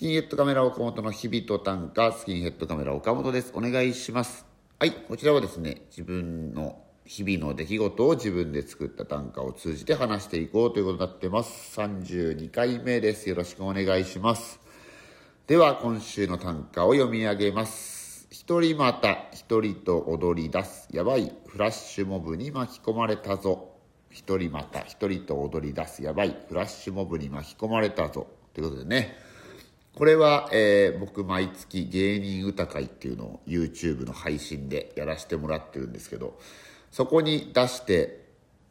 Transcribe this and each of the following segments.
キンヘッドカメラ岡本の日々と短歌、スキンヘッドカメラ岡本です。お願いします。はい、こちらはですね、自分の日々の出来事を自分で作った短歌を通じて話していこうということになってます。32回目です。よろしくお願いします。では、今週の短歌を読み上げます。一人また一人と踊り出す。やばい、フラッシュモブに巻き込まれたぞ。一人また一人と踊り出す。やばい、フラッシュモブに巻き込まれたぞ。ということでね。これは、僕毎月芸人歌会っていうのを YouTube の配信でやらせてもらってるんですけど、そこに出して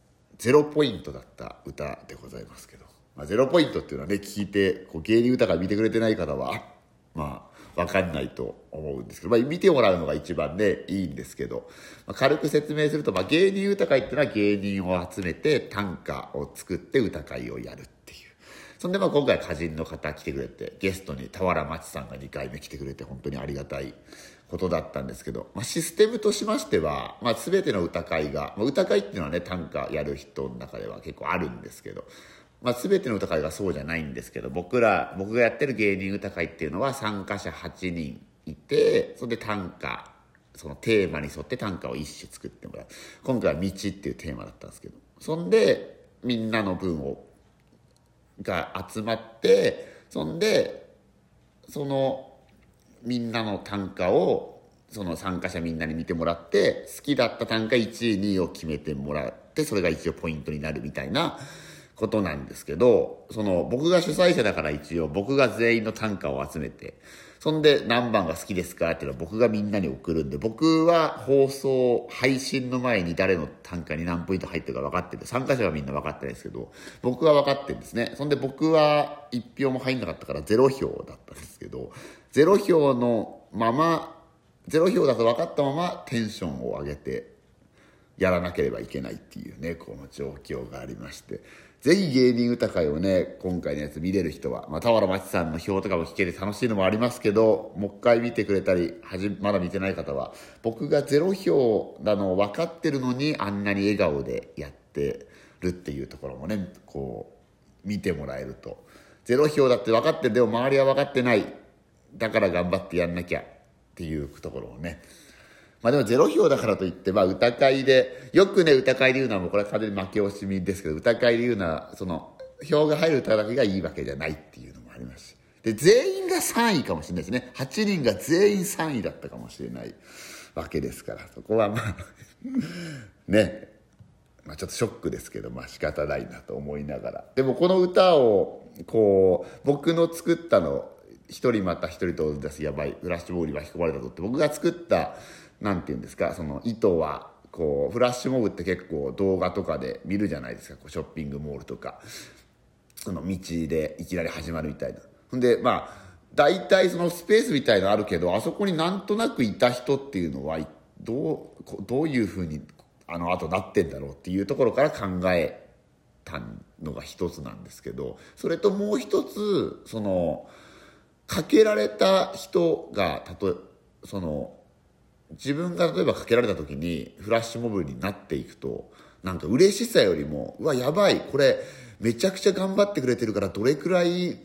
0ポイントだった歌でございますけど、0ポイントっていうのはね、聞いて芸人歌会見てくれてない方は分かんないと思うんですけど、見てもらうのが一番ねいいんですけど、軽く説明すると、芸人歌会っていうのは芸人を集めて短歌を作って歌会をやるっていう。そんで今回歌人の方来てくれて、ゲストに俵万智さんが2回目来てくれて本当にありがたいことだったんですけど、システムとしましては、全ての歌会が、歌会っていうのはね、短歌やる人の中では結構あるんですけど、全ての歌会がそうじゃないんですけど、僕がやってる芸人歌会っていうのは参加者8人いて、それで短歌、そのテーマに沿って短歌を一首作ってもらう。今回は道っていうテーマだったんですけど、そんでみんなの分が集まって、そんでそのみんなの短歌をその参加者みんなに見てもらって、好きだった短歌1位2位を決めてもらって、それが一応ポイントになるみたいなことなんですけど、僕が主催者だから一応僕が全員の短歌を集めて、そんで何番が好きですかっていうのは僕がみんなに送るんで、僕は配信の前に誰の短歌に何ポイント入ってるか分かってる。参加者はみんな分かってないですけど、僕は分かってるんですね。そんで僕は1票も入んなかったから0票だったんですけど、0票のまま、0票だと分かったままテンションを上げてやらなければいけないっていうね、この状況がありまして、ぜひ芸人歌会をね、今回のやつ見れる人は、俵万智さんの表とかも聞けて楽しいのもありますけど、もう一回見てくれたり、まだ見てない方は、僕が0票なのを分かってるのに、あんなに笑顔でやってるっていうところもね、見てもらえると。0票だって分かってる、でも周りは分かってない。だから頑張ってやんなきゃっていうところをね。でも0票だからといって、歌会で、よくね、歌会で言うのはもうこれは完全に負け惜しみですけど、歌会で言うのは、票が入る歌だけがいいわけじゃないっていうのもありますし。で、全員が3位かもしれないですね。8人が全員3位だったかもしれないわけですから、そこはね、ちょっとショックですけど、仕方ないなと思いながら。でもこの歌を、僕の作ったの、一人また一人と踊り出すやばい、フラッシュモブに巻き込まれたぞって僕が作った、なんていうんですか、その意図はフラッシュモブって結構動画とかで見るじゃないですか。ショッピングモールとかその道でいきなり始まるみたいな。ほんで大体そのスペースみたいのあるけど、あそこになんとなくいた人っていうのはどういうふうに後なってんだろうっていうところから考えたのが一つなんですけど、それともう一つかけられた人が自分が例えばかけられた時にフラッシュモブになっていくと、なんか嬉しさよりも、うわやばい、これめちゃくちゃ頑張ってくれてるからどれくらい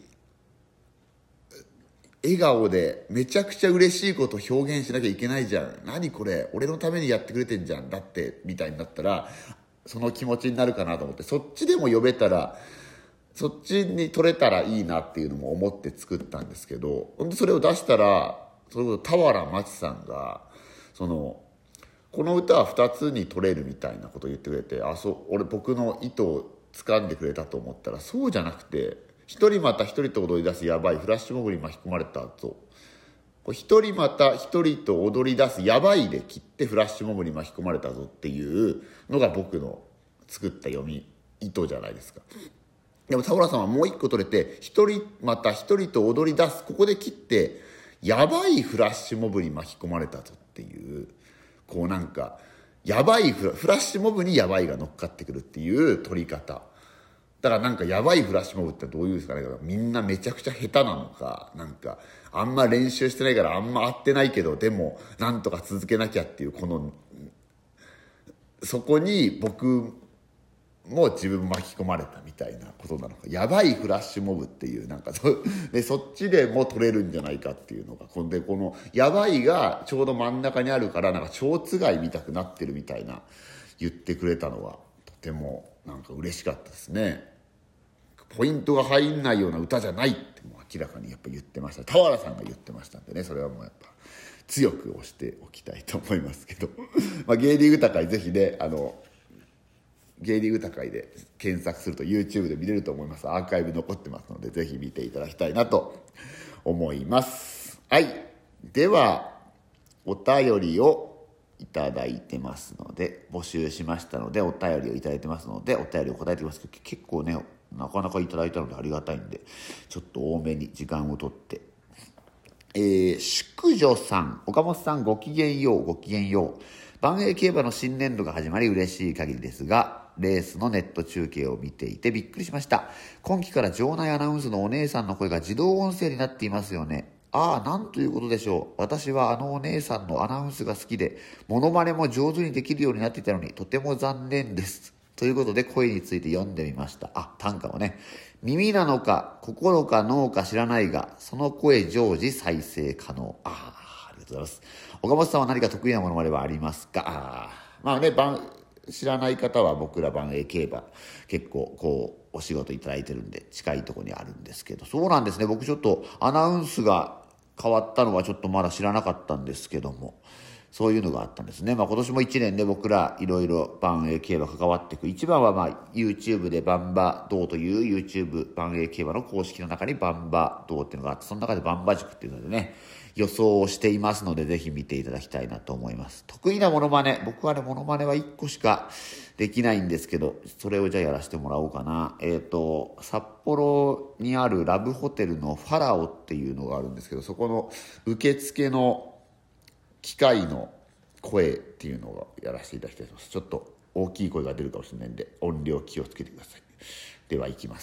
笑顔でめちゃくちゃ嬉しいことを表現しなきゃいけないじゃん、何これ俺のためにやってくれてんじゃん、だってみたいになったらその気持ちになるかなと思って、そっちでも呼べたらそっちに取れたらいいなっていうのも思って作ったんですけど、それを出したらそれこそ俵万智さんがこの歌は2つに取れるみたいなことを言ってくれて、僕の意図を掴んでくれたと思ったら、そうじゃなくて、一人また一人と踊り出すやばい、フラッシュモブに巻き込まれた後、一人また一人と踊り出すやばいで切ってフラッシュモブに巻き込まれたぞっていうのが僕の作った読み意図じゃないですか。でも俵さんはもう一個取れて、一人また一人と踊り出す、ここで切ってやばいフラッシュモブに巻き込まれたぞっていう、なんかやばいフラッシュモブにやばいが乗っかってくるっていう取り方だから、なんかやばいフラッシュモブってどういうんですかね、みんなめちゃくちゃ下手なのか、なんかあんま練習してないからあんま合ってないけど、でもなんとか続けなきゃっていう、そこに僕も自分巻き込まれたみたいなことなのか、やばいフラッシュモブっていうなんかでそっちでも取れるんじゃないかっていうのがこのやばいがちょうど真ん中にあるからなんか蝶つがい見たくなってるみたいな言ってくれたのはとてもなんか嬉しかったですね。ポイントが入んないような歌じゃないってもう明らかにやっぱ言ってました。俵さんが言ってましたんでね、それはもうやっぱ強く押しておきたいと思いますけど芸リーグ高いぜひね芸リーグ高いで検索すると YouTube で見れると思います。アーカイブ残ってますのでぜひ見ていただきたいなと思います。はい、ではお便りをいただいてますので募集しましたのでお便りをいただいてますのでお便りを答えてますけど、結構ねなかなかいただいたのでありがたいんでちょっと多めに時間をとって宿女さん、岡本さんごきげんようごきげんよう。万栄競馬の新年度が始まり嬉しい限りですが、レースのネット中継を見ていてびっくりしました。今期から場内アナウンスのお姉さんの声が自動音声になっていますよね。ああ、なんということでしょう。私はあのお姉さんのアナウンスが好きで、モノマネも上手にできるようになっていたのにとても残念です。ということで声について読んでみました。短歌をね。耳なのか心か脳か知らないがその声常時再生可能。ありがとうございます。岡本さんは何か得意なものまではありますか？知らない方は僕ら万栄競馬結構お仕事いただいてるんで近いところにあるんですけど、そうなんですね。僕ちょっとアナウンスが変わったのはちょっとまだ知らなかったんですけども、そういうのがあったんですね。今年も1年で僕らいろいろ万栄競馬関わっていく。一番はYouTube でバンバ道という YouTube 万栄競馬の公式の中にバンバ道っていうのがあって、その中でバンバ塾っていうのでね予想をしていますのでぜひ見ていただきたいなと思います。得意なモノマネ、僕はねモノマネは1個しかできないんですけど、それをじゃあやらせてもらおうかな。札幌にあるラブホテルのファラオっていうのがあるんですけど、そこの受付の機械の声っていうのをやらせていただきたいと思います。ちょっと大きい声が出るかもしれないんで音量気をつけてください。ではいきます。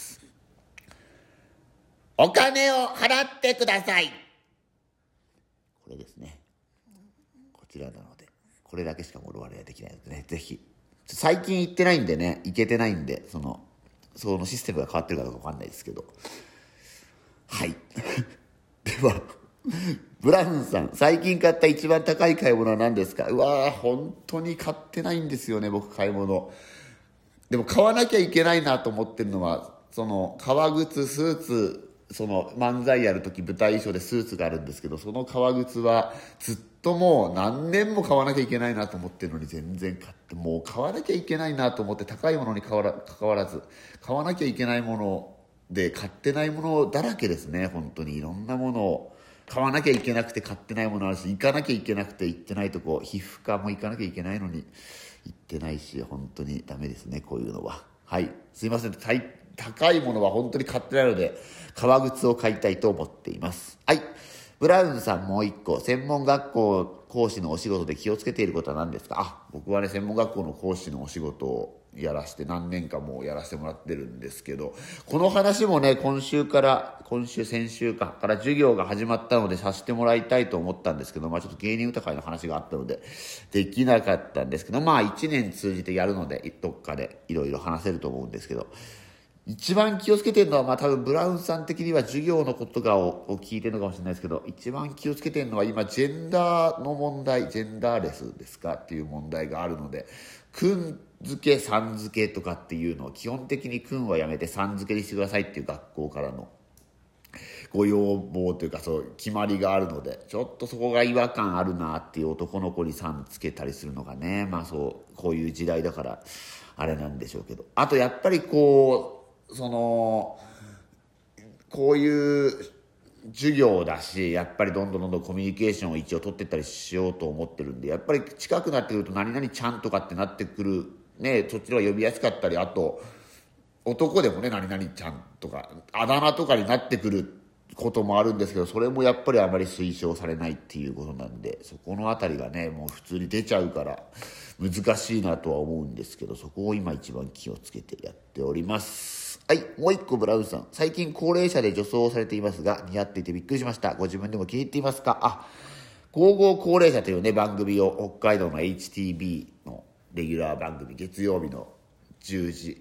お金を払ってください。これですね。こちらなのでこれだけしかもろわれはできないのでね、ぜひ最近行ってないんでね行けてないんでそのシステムが変わってるかどうか分かんないですけど、はいではブラウンさん、最近買った一番高い買い物は何ですか？うわー、本当に買ってないんですよね僕買い物。でも買わなきゃいけないなと思ってるのはその革靴スーツ、その漫才やる時舞台衣装でスーツがあるんですけど、その革靴はずっともう何年も買わなきゃいけないなと思ってるのに全然買って、もう買わなきゃいけないなと思って高いものに関わらず買わなきゃいけないもので買ってないものだらけですね。本当にいろんなものを買わなきゃいけなくて買ってないものあるし、行かなきゃいけなくて行ってないとこ、皮膚科も行かなきゃいけないのに行ってないし、本当にダメですねこういうのは。はい、すいません。高いものは本当に買ってないので革靴を買いたいと思っています。はい、ブラウンさんもう一個、専門学校講師のお仕事で気をつけていることは何ですか？僕はね専門学校の講師のお仕事をやらして何年かもうやらせてもらってるんですけど、この話もね先週から授業が始まったのでさせてもらいたいと思ったんですけど、ちょっと芸人歌会の話があったのでできなかったんですけど、1年通じてやるのでどっかでいろいろ話せると思うんですけど、一番気をつけてるのは多分ブラウンさん的には授業のことを聞いてるのかもしれないですけど、一番気をつけてるのは今ジェンダーの問題、ジェンダーレスですかっていう問題があるので、君付けさん付けとかっていうのを基本的に君はやめてさん付けにしてくださいっていう学校からのご要望というかそう決まりがあるので、ちょっとそこが違和感あるなっていう、男の子にさんつけたりするのがね、こういう時代だからあれなんでしょうけど、あとやっぱりこういう授業だし、やっぱりどんどんコミュニケーションを一応取っていったりしようと思ってるんで、やっぱり近くなってくると何々ちゃんとかってなってくるね、そっちの方が呼びやすかったり、あと男でもね何々ちゃんとかあだ名とかになってくることもあるんですけど、それもやっぱりあまり推奨されないっていうことなんで、そこのあたりがねもう普通に出ちゃうから難しいなとは思うんですけど、そこを今一番気をつけてやっております。はい、もう一個ブラウンさん、最近高齢者で女装をされていますが似合っていてびっくりしました。ご自分でも気に入っていますか？ゴーゴー高齢者というね番組を北海道の HTB のレギュラー番組、月曜日の10時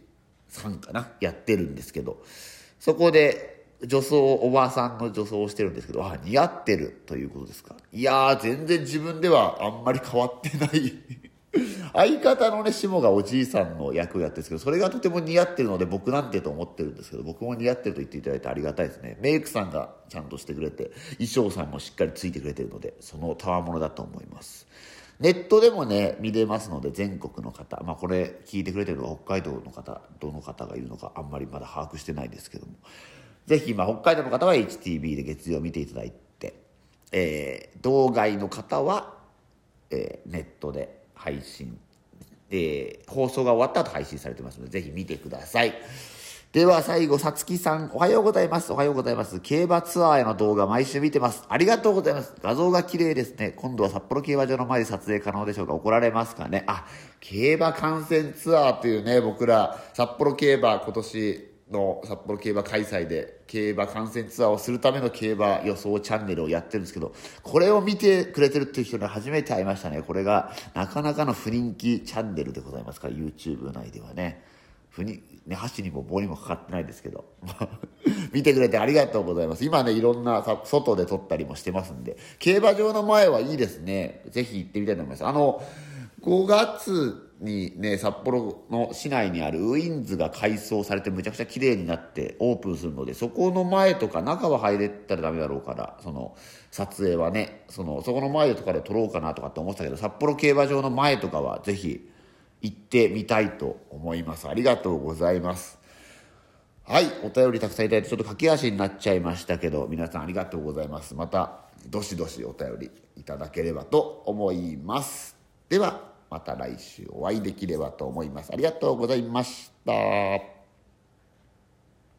さんかな、やってるんですけど、そこでおばさんの女装をしてるんですけど、似合ってるということですか。いやー、全然自分ではあんまり変わってない相方のね、下がおじいさんの役をやってるんですけど、それがとても似合ってるので、僕なんてと思ってるんですけど、僕も似合ってると言っていただいてありがたいですね。メイクさんがちゃんとしてくれて、衣装さんもしっかりついてくれてるので、その賜物だと思います。ネットでもね、見れますので、全国の方、これ聞いてくれてるのは北海道の方、どの方がいるのかあんまりまだ把握してないですけども、ぜひ、北海道の方は HTV で月曜見ていただいて、道外の方は、ネットで配信、放送が終わった後配信されてますので、ぜひ見てください。では最後、さつきさん、おはようございます。おはようございます。競馬ツアーへの動画毎週見てます。ありがとうございます。画像が綺麗ですね。今度は札幌競馬場の前で撮影可能でしょうか。怒られますかね。競馬観戦ツアーというね、僕ら、札幌競馬、今年の札幌競馬開催で、競馬観戦ツアーをするための競馬予想チャンネルをやってるんですけど、これを見てくれてるっていう人に初めて会いましたね。これが、なかなかの不人気チャンネルでございますから、YouTube 内ではね。箸にも棒にもかかってないですけど見てくれてありがとうございます。今ね、いろんな外で撮ったりもしてますんで、競馬場の前はいいですね。ぜひ行ってみたいと思います。5月にね、札幌の市内にあるウィンズが改装されてむちゃくちゃ綺麗になってオープンするので、そこの前とか、中は入れたらダメだろうから、その撮影はね、そこの前とかで撮ろうかなとかって思ってたけど、札幌競馬場の前とかはぜひ行ってみたいと思います。ありがとうございます。はい、お便りたくさんいただいてちょっと駆け足になっちゃいましたけど、皆さんありがとうございます。またどしどしお便りいただければと思います。ではまた来週お会いできればと思います。ありがとうございました。